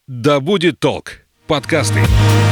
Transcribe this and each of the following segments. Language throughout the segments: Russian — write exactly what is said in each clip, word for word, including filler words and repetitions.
Да будет толк. Подкасты.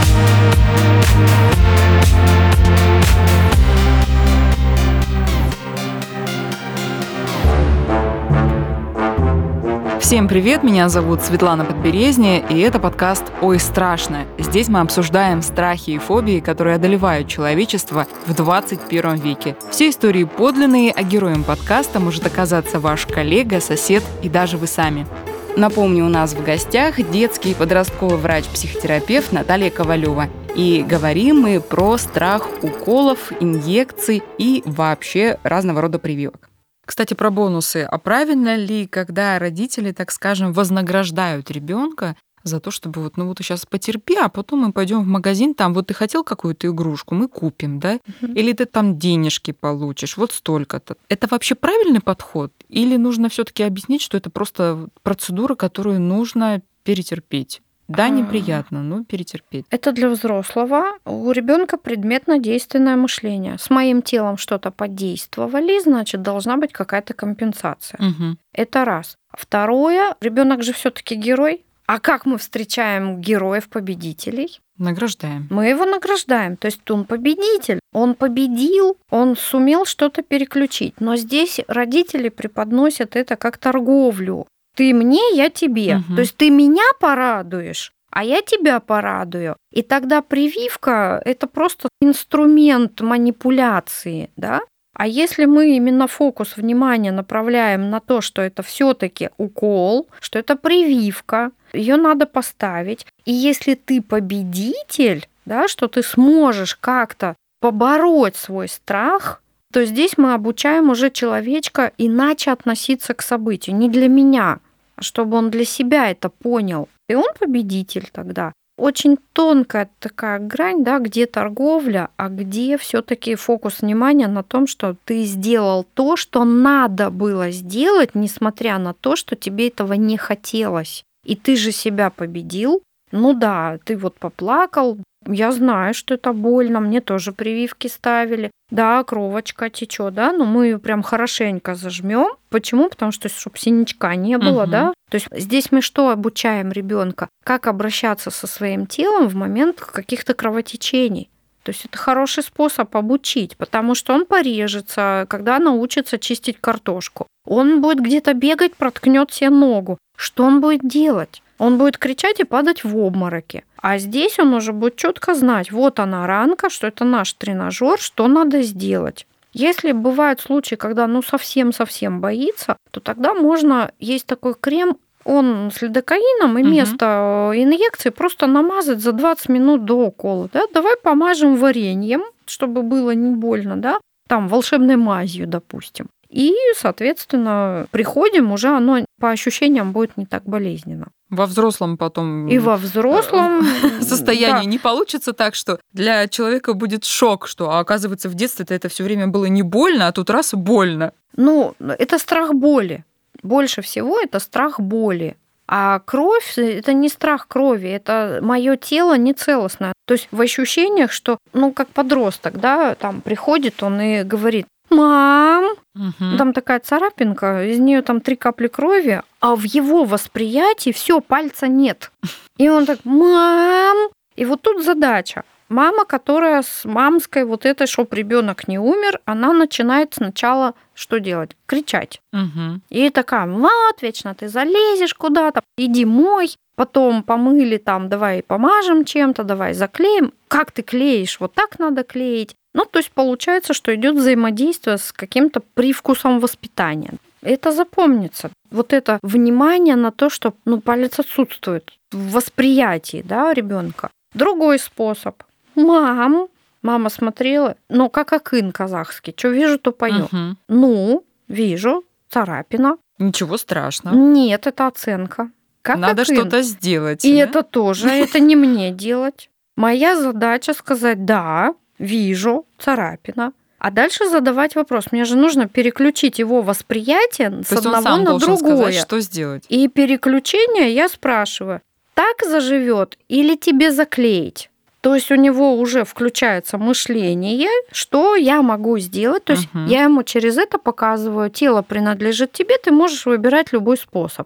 Всем привет, меня зовут Светлана Подберезня, и это подкаст «Ой, страшно». Здесь мы обсуждаем страхи и фобии, которые одолевают человечество в двадцать первом веке. Все истории подлинные, а героем подкаста может оказаться ваш коллега, сосед и даже вы сами. Напомню, у нас в гостях детский и подростковый врач-психотерапевт Наталья Ковалева. И говорим мы про страх уколов, инъекций и вообще разного рода прививок. Кстати, про бонусы. А правильно ли, когда родители, так скажем, вознаграждают ребенка за то, чтобы вот, ну вот сейчас потерпи, а потом мы пойдем в магазин, там вот ты хотел какую-то игрушку, мы купим, да? Угу. Или ты там денежки получишь, вот столько-то. Это вообще правильный подход? Или нужно все-таки объяснить, что это просто процедура, которую нужно перетерпеть? Да, неприятно, но перетерпеть. Это для взрослого. У ребенка предметно-действенное мышление. С моим телом что-то подействовали, значит, должна быть какая-то компенсация. Угу. Это раз. Второе, ребенок же все-таки герой. А как мы встречаем героев-победителей? Награждаем. Мы его награждаем. То есть он победитель. Он победил, он сумел что-то переключить. Но здесь родители преподносят это как торговлю. Ты мне, я тебе. Угу. То есть ты меня порадуешь, а я тебя порадую. И тогда прививка – это просто инструмент манипуляции, да? А если мы именно фокус внимания направляем на то, что это все-таки укол, что это прививка, ее надо поставить. И если ты победитель, да, что ты сможешь как-то побороть свой страх, то здесь мы обучаем уже человечка иначе относиться к событию. Не для меня, а чтобы он для себя это понял. И он победитель тогда. Очень тонкая такая грань, да, где торговля, а где все-таки фокус внимания на том, что ты сделал то, что надо было сделать, несмотря на то, что тебе этого не хотелось. И ты же себя победил. Ну да, ты вот поплакал. Я знаю, что это больно, мне тоже прививки ставили. Да, кровочка течет, да, но мы ее прям хорошенько зажмем. Почему? Потому что чтобы синячка не было, угу. да. То есть здесь мы что обучаем ребенка? Как обращаться со своим телом в момент каких-то кровотечений. То есть это хороший способ обучить, потому что он порежется, когда научится чистить картошку. Он будет где-то бегать, проткнет себе ногу. Что он будет делать? Он будет кричать и падать в обмороки. А здесь он уже будет четко знать, вот она ранка, что это наш тренажер, что надо сделать. Если бывают случаи, когда ну совсем-совсем боится, то тогда можно, есть такой крем, он с лидокаином, и вместо угу. инъекции просто намазать за двадцать минут до укола. Да? Давай помажем вареньем, чтобы было не больно, да? Там волшебной мазью, допустим. И, соответственно, приходим, уже оно по ощущениям будет не так болезненно. Во взрослом потом... И во взрослом... состоянии да. Не получится так, что для человека будет шок, что, а оказывается, в детстве-то это все время было не больно, а тут раз больно. Ну, это страх боли. Больше всего это страх боли. А кровь – это не страх крови, это мое тело нецелостное. То есть в ощущениях, что, ну, как подросток, да, там приходит он и говорит: «Мам!» Угу. Там такая царапинка, из нее там три капли крови, а в его восприятии все, пальца нет. И он так: «Мам!» И вот тут задача. Мама, которая с мамской вот этой, чтоб ребенок не умер, она начинает сначала что делать? Кричать. Угу. И такая: вот, вечно ты залезешь куда-то, иди мой. Потом помыли там, давай помажем чем-то, давай заклеим. Как ты клеишь? Вот так надо клеить. Ну, то есть получается, что идет взаимодействие с каким-то привкусом воспитания. Это запомнится. Вот это внимание на то, что ну, палец отсутствует в восприятии, да, ребенка. Другой способ. Мам, мама смотрела, ну, как акын казахский. Что вижу, то пою. Угу. Ну, вижу, царапина. Ничего страшного. Нет, это оценка. Как Надо акын. Что-то сделать. И да? это тоже, это не мне делать. Моя задача сказать: да, вижу, царапина. А дальше задавать вопрос. Мне же нужно переключить его восприятие То с есть одного он сам на должен другое. Сказать, что сделать. И переключение я спрашиваю: так заживет или тебе заклеить? То есть у него уже включается мышление, что я могу сделать. То есть угу. я ему через это показываю: тело принадлежит тебе, ты можешь выбирать любой способ.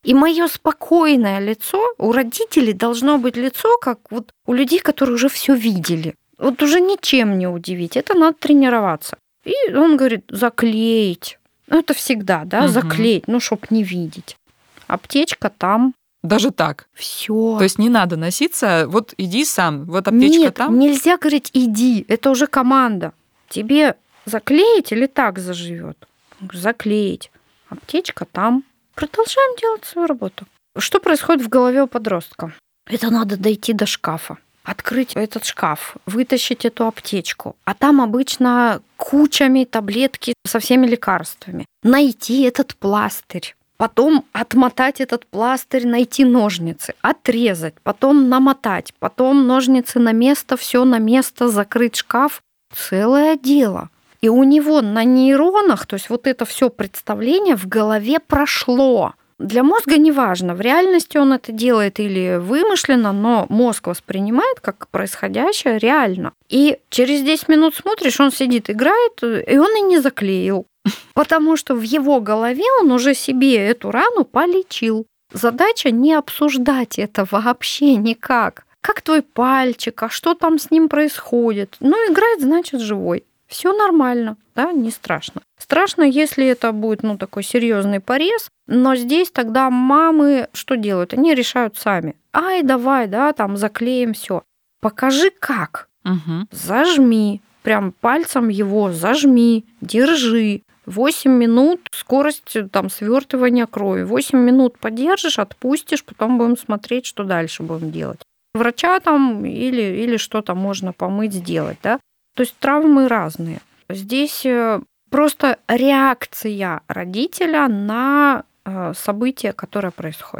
И мое спокойное лицо, у родителей должно быть лицо, как вот у людей, которые уже все видели. Вот уже ничем не удивить, это надо тренироваться. И он говорит, заклеить. Ну, это всегда, да, угу. заклеить, ну, чтоб не видеть. Аптечка там. Даже так? Все. То есть не надо носиться, вот иди сам, вот аптечка Нет, там? Нет, нельзя говорить иди, это уже команда. Тебе заклеить или так заживет? Заклеить. Аптечка там. Продолжаем делать свою работу. Что происходит в голове у подростка? Это надо дойти до шкафа, открыть этот шкаф, вытащить эту аптечку. А там обычно кучами таблетки со всеми лекарствами. Найти этот пластырь. Потом отмотать этот пластырь, найти ножницы, отрезать, потом намотать, потом ножницы на место, все на место, закрыть шкаф. Целое дело. И у него на нейронах, то есть вот это все представление в голове прошло. Для мозга неважно, в реальности он это делает или вымышленно, но мозг воспринимает как происходящее реально. И через десять минут смотришь, он сидит, играет, и он и не заклеил. Потому что в его голове он уже себе эту рану полечил. Задача не обсуждать это вообще никак. Как твой пальчик, а что там с ним происходит? Ну, играет, значит, живой. Все нормально, да, не страшно. Страшно, если это будет, ну, такой серьезный порез, но здесь тогда мамы что делают? Они решают сами. Ай, давай, да, там заклеим все. Покажи как. Угу. Зажми, прям пальцем его зажми, держи. восемь минут скорость там свертывания крови. восемь минут подержишь, отпустишь, потом будем смотреть, что дальше будем делать. Врача там или, или что-то можно помыть, сделать, да. То есть травмы разные. Здесь просто реакция родителя на событие, которое происходит.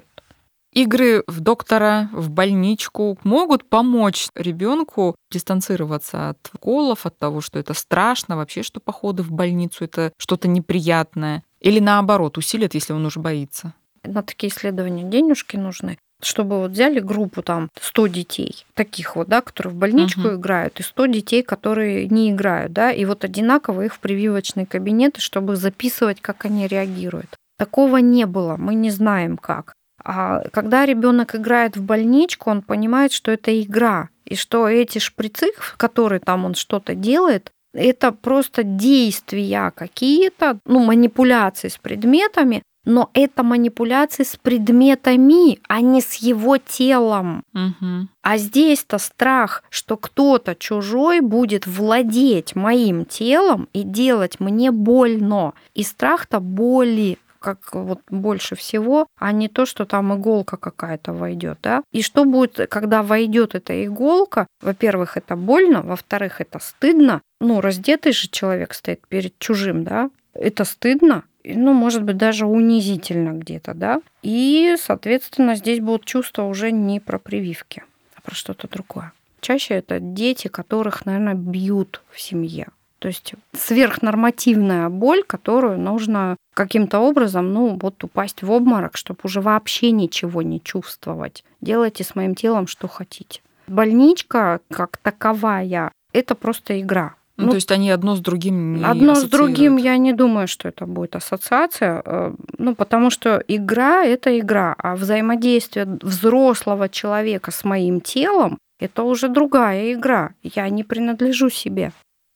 Игры в доктора, в больничку могут помочь ребенку дистанцироваться от уколов, от того, что это страшно, вообще, что походы в больницу это что-то неприятное. Или наоборот, усилят, если он уже боится. На такие исследования денежки нужны. Чтобы вот взяли группу там сто детей, таких вот, да, которые в больничку uh-huh. играют, и сто детей, которые не играют, да, и вот одинаково их в прививочные кабинеты, чтобы записывать, как они реагируют. Такого не было, мы не знаем как. А когда ребенок играет в больничку, он понимает, что это игра, и что эти шприцы, в которые там он что-то делает, это просто действия какие-то, ну, манипуляции с предметами, но это манипуляции с предметами, а не с его телом. Угу. А здесь-то страх, что кто-то чужой будет владеть моим телом и делать мне больно. И страх-то боли, как вот больше всего, а не то, что там иголка какая-то войдет, да? И что будет, когда войдет эта иголка? Во-первых, это больно, во-вторых, это стыдно. Ну, раздетый же человек стоит перед чужим, да? Это стыдно. Ну, может быть, даже унизительно где-то, да. И, соответственно, здесь будут чувства уже не про прививки, а про что-то другое. Чаще это дети, которых, наверное, бьют в семье. То есть сверхнормативная боль, которую нужно каким-то образом, ну, вот упасть в обморок, чтобы уже вообще ничего не чувствовать. Делайте с моим телом, что хотите. Больничка, как таковая, это просто игра. Ну, ну, то есть они одно с другим не Одно ассоциируют. с другим я не думаю, что это будет ассоциация, ну, потому что игра – это игра, а взаимодействие взрослого человека с моим телом – это уже другая игра. Я не принадлежу себе.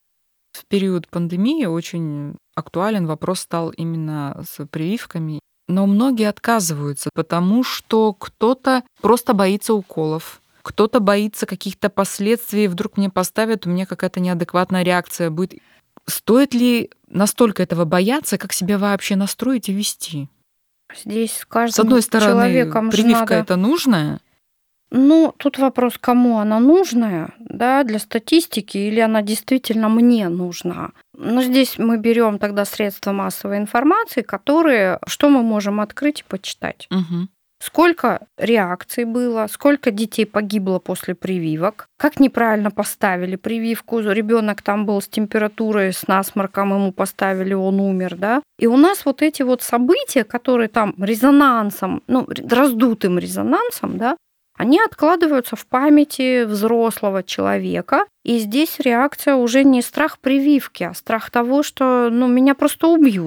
В период пандемии очень актуален вопрос стал именно с прививками. Но многие отказываются, потому что кто-то просто боится уколов. Кто-то боится каких-то последствий, вдруг мне поставят, у меня какая-то неадекватная реакция будет. Стоит ли настолько этого бояться, как себя вообще настроить и вести? Здесь с каждым С одной стороны, человеком прививка надо... это нужная. Ну, тут вопрос, кому она нужная, да, для статистики, или она действительно мне нужна. Но здесь мы берем тогда средства массовой информации, которые, что мы можем открыть и почитать. Угу. Сколько реакций было, сколько детей погибло после прививок, как неправильно поставили прививку, ребенок там был с температурой, с насморком, ему поставили, он умер, да. И у нас вот эти вот события, которые там резонансом, ну, раздутым резонансом, да, они откладываются в памяти взрослого человека. И здесь реакция уже не страх прививки, а страх того, что, ну, меня просто убьют.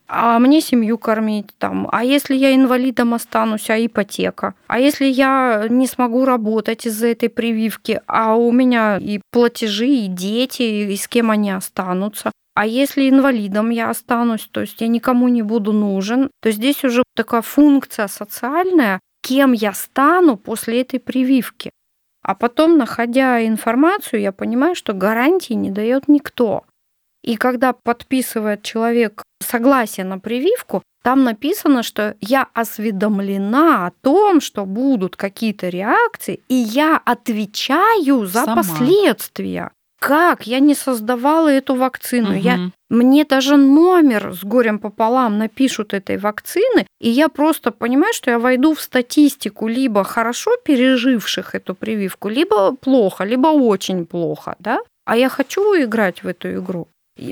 а мне семью кормить там, а если я инвалидом останусь, а ипотека, а если я не смогу работать из-за этой прививки, а у меня и платежи, и дети, и с кем они останутся. А если инвалидом я останусь, то есть я никому не буду нужен, то здесь уже такая функция социальная, кем я стану после этой прививки. А потом, находя информацию, я понимаю, что гарантии не дает никто. И когда подписывает человек согласие на прививку, там написано, что я осведомлена о том, что будут какие-то реакции, и я отвечаю за Сама. последствия. Как? Я не создавала эту вакцину. Угу. Я, мне даже номер с горем пополам напишут этой вакцины, и я просто понимаю, что я войду в статистику либо хорошо переживших эту прививку, либо плохо, либо очень плохо, да? А я хочу играть в эту игру.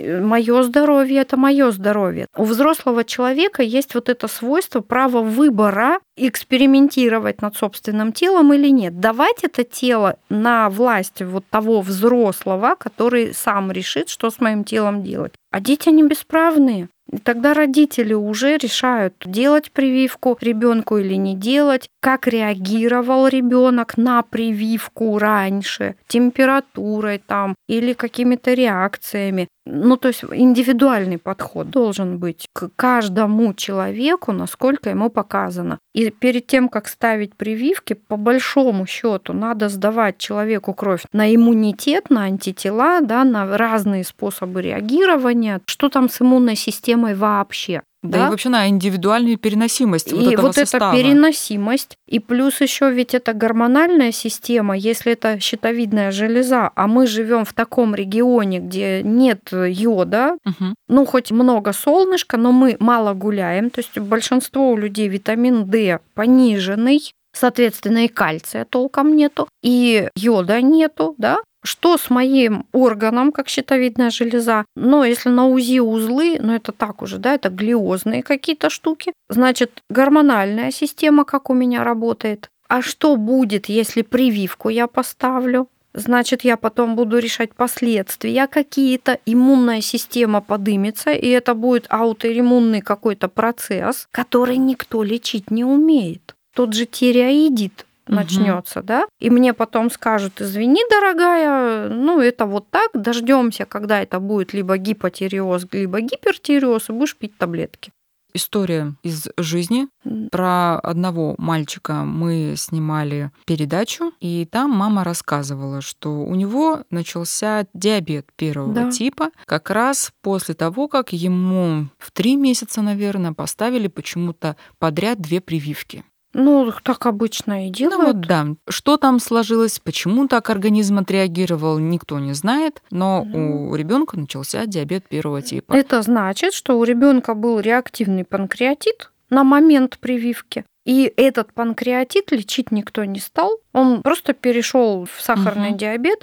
Мое здоровье – это мое здоровье. У взрослого человека есть вот это свойство права выбора экспериментировать над собственным телом или нет. Давать это тело на власть вот того взрослого, который сам решит, что с моим телом делать. А дети, они бесправные. И тогда родители уже решают, делать прививку ребенку или не делать, как реагировал ребенок на прививку раньше, температурой там или какими-то реакциями. Ну, то есть индивидуальный подход должен быть к каждому человеку, насколько ему показано. И перед тем, как ставить прививки, по большому счету надо сдавать человеку кровь на иммунитет, на антитела, да, на разные способы реагирования, что там с иммунной системой вообще. Да, Да, и вообще на индивидуальную переносимость вот и этого вот состава. эта переносимость, и плюс еще ведь это гормональная система, если это щитовидная железа, а мы живем в таком регионе, где нет йода, Мгм. ну хоть много солнышка, но мы мало гуляем, то есть большинство у людей витамин D пониженный, соответственно и кальция толком нету, и йода нету, да. Что с моим органом, как щитовидная железа? Но если на УЗИ узлы, ну это так уже, да, это глиозные какие-то штуки. Значит, гормональная система, как у меня работает. А что будет, если прививку я поставлю? Значит, я потом буду решать последствия какие-то, иммунная система подымется, и это будет аутоиммунный какой-то процесс, который никто лечить не умеет. Тот же тиреоидит начнется, да, и мне потом скажут: извини, дорогая, ну это вот так, дождемся, когда это будет либо гипотиреоз, либо гипертиреоз, и будешь пить таблетки. История из жизни. Про одного мальчика мы снимали передачу, и там мама рассказывала, что у него начался диабет первого Да. типа как раз после того, как ему в три месяца, наверное, поставили почему-то подряд две прививки. Ну, так обычно и Ну делают. вот да, что там сложилось, почему так организм отреагировал, никто не знает, но Ну. у ребенка начался диабет первого типа. Это значит, что у ребенка был реактивный панкреатит на момент прививки. И этот панкреатит лечить никто не стал. Он просто перешел в сахарный Мгм. диабет,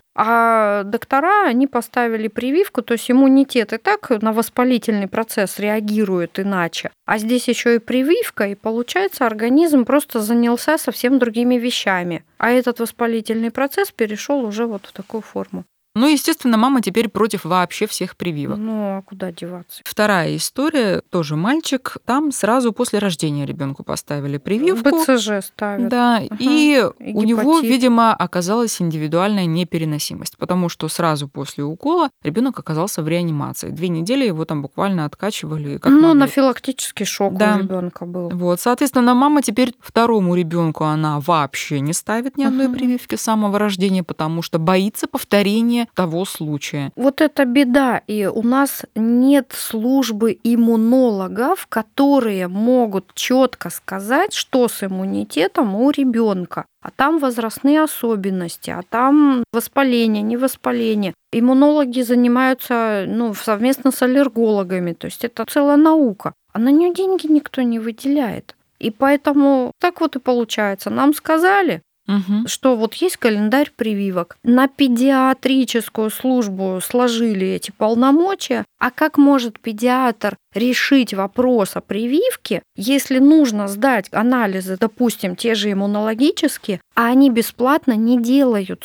а доктора, они поставили прививку, то есть иммунитет и так на воспалительный процесс реагирует иначе. А здесь еще и прививка, и получается, организм просто занялся совсем другими вещами. А этот воспалительный процесс перешел уже вот в такую форму. Ну, естественно, мама теперь против вообще всех прививок. Ну, а куда деваться? Вторая история, тоже мальчик, там сразу после рождения ребенку поставили прививку. БЦЖ ставят. Да, Ага. и И у него, гепатит. видимо, оказалась индивидуальная непереносимость, потому что сразу после укола ребенок оказался в реанимации. Две недели его там буквально откачивали. Как Ну, могли. анафилактический шок Да. у ребенка был. Вот, соответственно, мама теперь второму ребенку она вообще не ставит ни одной Ага. прививки с самого рождения, потому что боится повторения того случая. Вот это беда. И у нас нет службы иммунологов, которые могут четко сказать, что с иммунитетом у ребенка. А там возрастные особенности, а там воспаление, не воспаление. Иммунологи занимаются ну, совместно с аллергологами. То есть это целая наука. А на нее деньги никто не выделяет. И поэтому так вот и получается. Нам сказали, Мгм. что вот есть календарь прививок. На педиатрическую службу сложили эти полномочия. А как может педиатр решить вопрос о прививке, если нужно сдать анализы, допустим, те же иммунологические, а они бесплатно не делаются?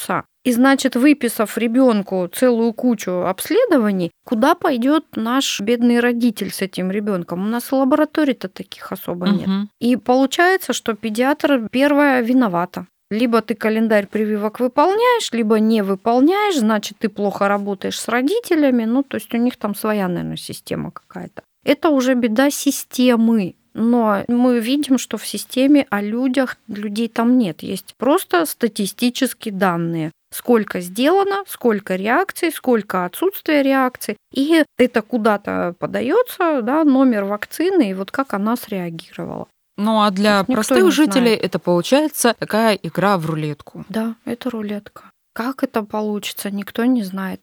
И значит, выписав ребенку целую кучу обследований, куда пойдет наш бедный родитель с этим ребенком? У нас лабораторий-то таких особо Мгм. нет. И получается, что педиатр первая виновата. Либо ты календарь прививок выполняешь, либо не выполняешь, значит, ты плохо работаешь с родителями. Ну, то есть у них там своя, наверное, система какая-то. Это уже беда системы. Но мы видим, что в системе о людях людей там нет. Есть просто статистические данные. Сколько сделано, сколько реакций, сколько отсутствия реакций. И это куда-то подается, да, номер вакцины, и вот как она среагировала. Ну а для Никто простых не жителей знает. это получается такая игра в рулетку. Да, это рулетка. Как это получится, никто не знает.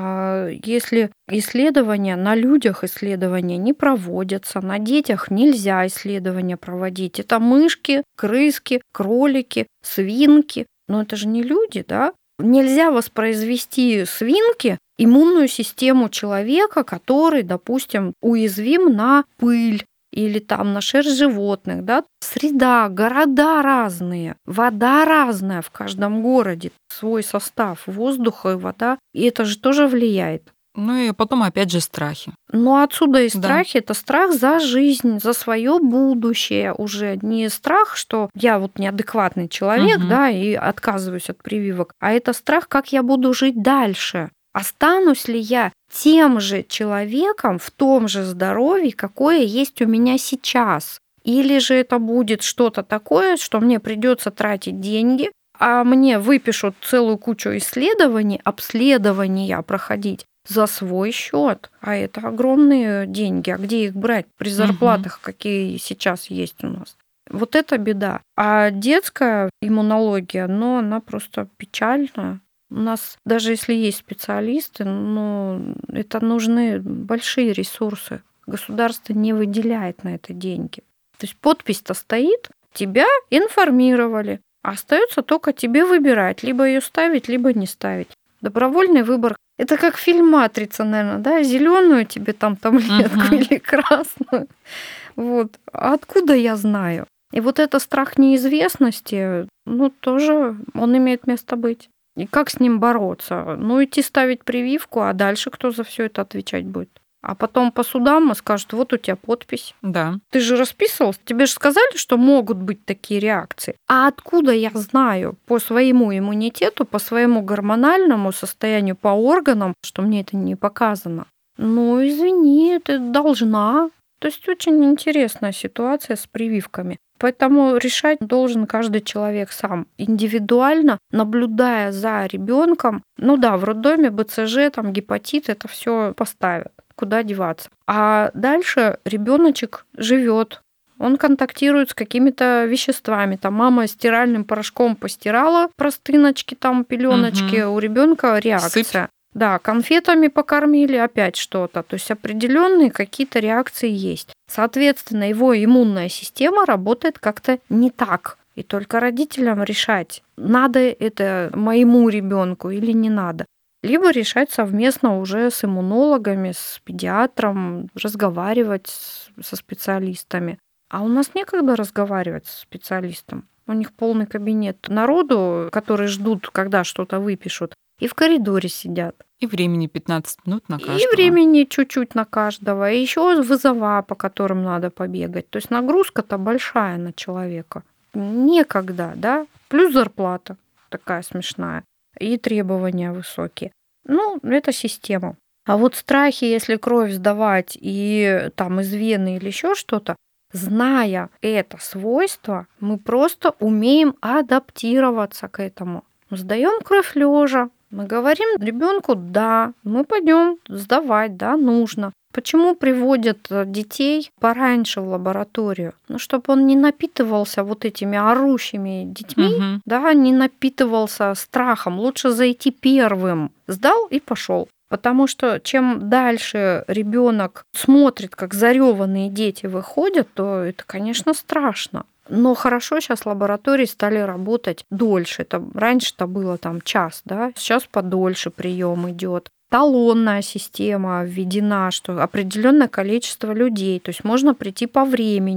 А если исследования на людях исследования не проводятся, на детях нельзя исследования проводить. Это мышки, крыски, кролики, свинки. Но это же не люди, да? Нельзя воспроизвести свинки иммунную систему человека, который, допустим, уязвим на пыль или там на шерсть животных, да, среда, города разные, вода разная в каждом городе, свой состав воздуха и вода, и это же тоже влияет. Ну и потом опять же страхи. Но отсюда и Да. страхи, это страх за жизнь, за свое будущее уже. Не страх, что я вот неадекватный человек, Мгм. да, и отказываюсь от прививок, а это страх, как я буду жить дальше. Останусь ли я тем же человеком в том же здоровье, какое есть у меня сейчас? Или же это будет что-то такое, что мне придется тратить деньги, а мне выпишут целую кучу исследований, обследования проходить за свой счет. А это огромные деньги. А где их брать при зарплатах, какие сейчас есть у нас? Вот это беда. А детская иммунология, ну, она просто печальная. У нас, даже если есть специалисты, но это нужны большие ресурсы. Государство не выделяет на это деньги. То есть подпись-то стоит, тебя информировали. А остается только тебе выбирать, либо ее ставить, либо не ставить. Добровольный выбор. Это как фильм «Матрица», наверное, да? Зеленую тебе там таблетку Мгм. или красную. Вот. А откуда я знаю? И вот это страх неизвестности, ну, тоже он имеет место быть. И как с ним бороться? Ну, идти ставить прививку, а дальше кто за все это отвечать будет? А потом по судам скажут, вот у тебя подпись. Да. Ты же расписывался, тебе же сказали, что могут быть такие реакции. А откуда я знаю по своему иммунитету, по своему гормональному состоянию, по органам, что мне это не показано? Ну, извини, ты должна. То есть очень интересная ситуация с прививками. Поэтому решать должен каждый человек сам, индивидуально, наблюдая за ребенком. Ну да, в роддоме бэ цэ жэ, там гепатит, это все поставят. Куда деваться? А дальше ребеночек живет, он контактирует с какими-то веществами. Там мама стиральным порошком постирала простыночки, там пеленочки, Мгм. у ребенка реакция. Сыпь. Да, конфетами покормили, опять что-то. То есть определенные какие-то реакции есть. Соответственно, его иммунная система работает как-то не так. И только родителям решать, надо это моему ребенку или не надо. Либо решать совместно уже с иммунологами, с педиатром, разговаривать с- со специалистами. А у нас некогда разговаривать с специалистом. У них полный кабинет народу, которые ждут, когда что-то выпишут, и в коридоре сидят. И времени пятнадцать минут на каждого. И времени чуть-чуть на каждого, и еще вызова, по которым надо побегать. То есть нагрузка-то большая на человека. Некогда, да? Плюс зарплата такая смешная. И требования высокие. Ну, это система. А вот страхи, если кровь сдавать и там из вены или еще что-то, зная это свойство, мы просто умеем адаптироваться к этому. Сдаем кровь лежа, мы говорим ребенку, да, мы пойдем сдавать, да, нужно. Почему приводят детей пораньше в лабораторию? Ну, чтобы он не напитывался вот этими орущими детьми, Мгм. да, не напитывался страхом. Лучше зайти первым. Сдал и пошел. Потому что чем дальше ребенок смотрит, как зареванные дети выходят, то это, конечно, страшно. Но хорошо, сейчас лаборатории стали работать дольше. Это раньше-то было там час, да, сейчас подольше прием идет. Талонная система введена, что определенное количество людей, то есть можно прийти по времени.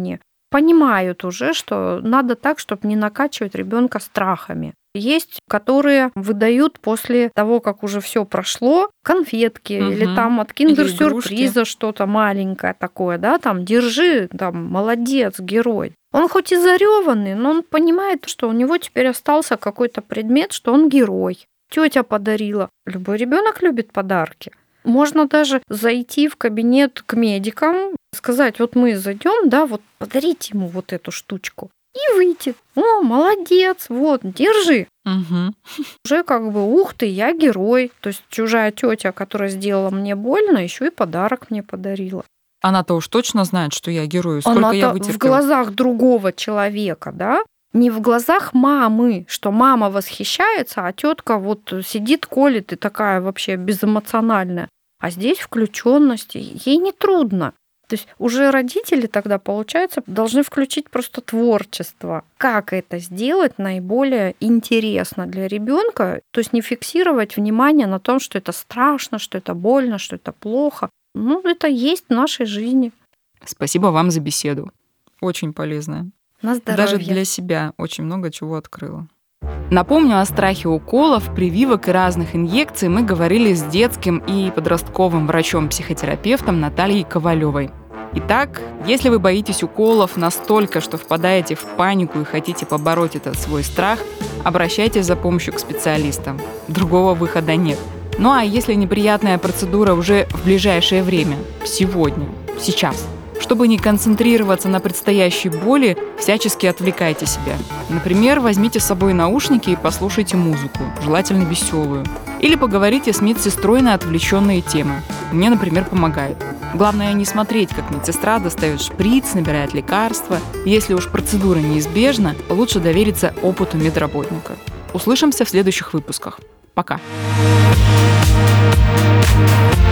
понимают уже, что надо так, чтобы не накачивать ребенка страхами. Есть, которые выдают после того, как уже все прошло, конфетки угу. или там от киндер-сюрприза что-то маленькое такое, да, там держи, там молодец, герой. Он хоть и зареванный, но он понимает, что у него теперь остался какой-то предмет, что он герой. Тетя подарила. Любой ребенок любит подарки. Можно даже зайти в кабинет к медикам, сказать, вот мы зайдем, да, вот подарите ему вот эту штучку. И выйти. О, молодец, вот, держи. Угу. Уже как бы, ух ты, я герой. То есть чужая тетя, которая сделала мне больно, еще и подарок мне подарила. Она-то уж точно знает, что я герой, сколько Она-то я вытерпела. В глазах другого человека, да? Не в глазах мамы, что мама восхищается, а тетка вот сидит, колет и такая вообще безэмоциональная. А здесь включенность, ей не трудно. То есть уже родители тогда, получается, должны включить просто творчество. Как это сделать наиболее интересно для ребенка? То есть не фиксировать внимание на том, что это страшно, что это больно, что это плохо. Ну, это есть в нашей жизни. Спасибо вам за беседу. Очень полезная. На здоровье. Даже для себя очень много чего открыла. Напомню, о страхе уколов, прививок и разных инъекций мы говорили с детским и подростковым врачом-психотерапевтом Натальей Ковалевой. Итак, если вы боитесь уколов настолько, что впадаете в панику и хотите побороть этот свой страх, обращайтесь за помощью к специалистам. Другого выхода нет. Ну а если неприятная процедура уже в ближайшее время, сегодня, сейчас, чтобы не концентрироваться на предстоящей боли, всячески отвлекайте себя. Например, возьмите с собой наушники и послушайте музыку, желательно веселую. Или поговорите с медсестрой на отвлеченные темы. Мне, например, помогает. Главное не смотреть, как медсестра достает шприц, набирает лекарства. Если уж процедура неизбежна, лучше довериться опыту медработника. Услышимся в следующих выпусках. Пока.